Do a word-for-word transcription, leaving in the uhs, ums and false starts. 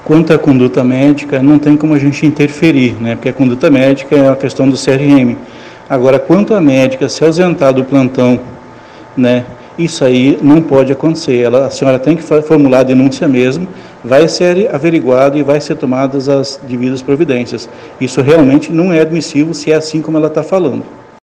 Quanto à conduta médica, não tem como a gente interferir, né? Porque a conduta médica é a questão do C R M. Agora, quanto à médica se ausentar do plantão, né? Isso aí não pode acontecer. Ela, a senhora tem que formular a denúncia mesmo, vai ser averiguado e vai ser tomadas as devidas providências. Isso realmente não é admissível se é assim como ela está falando.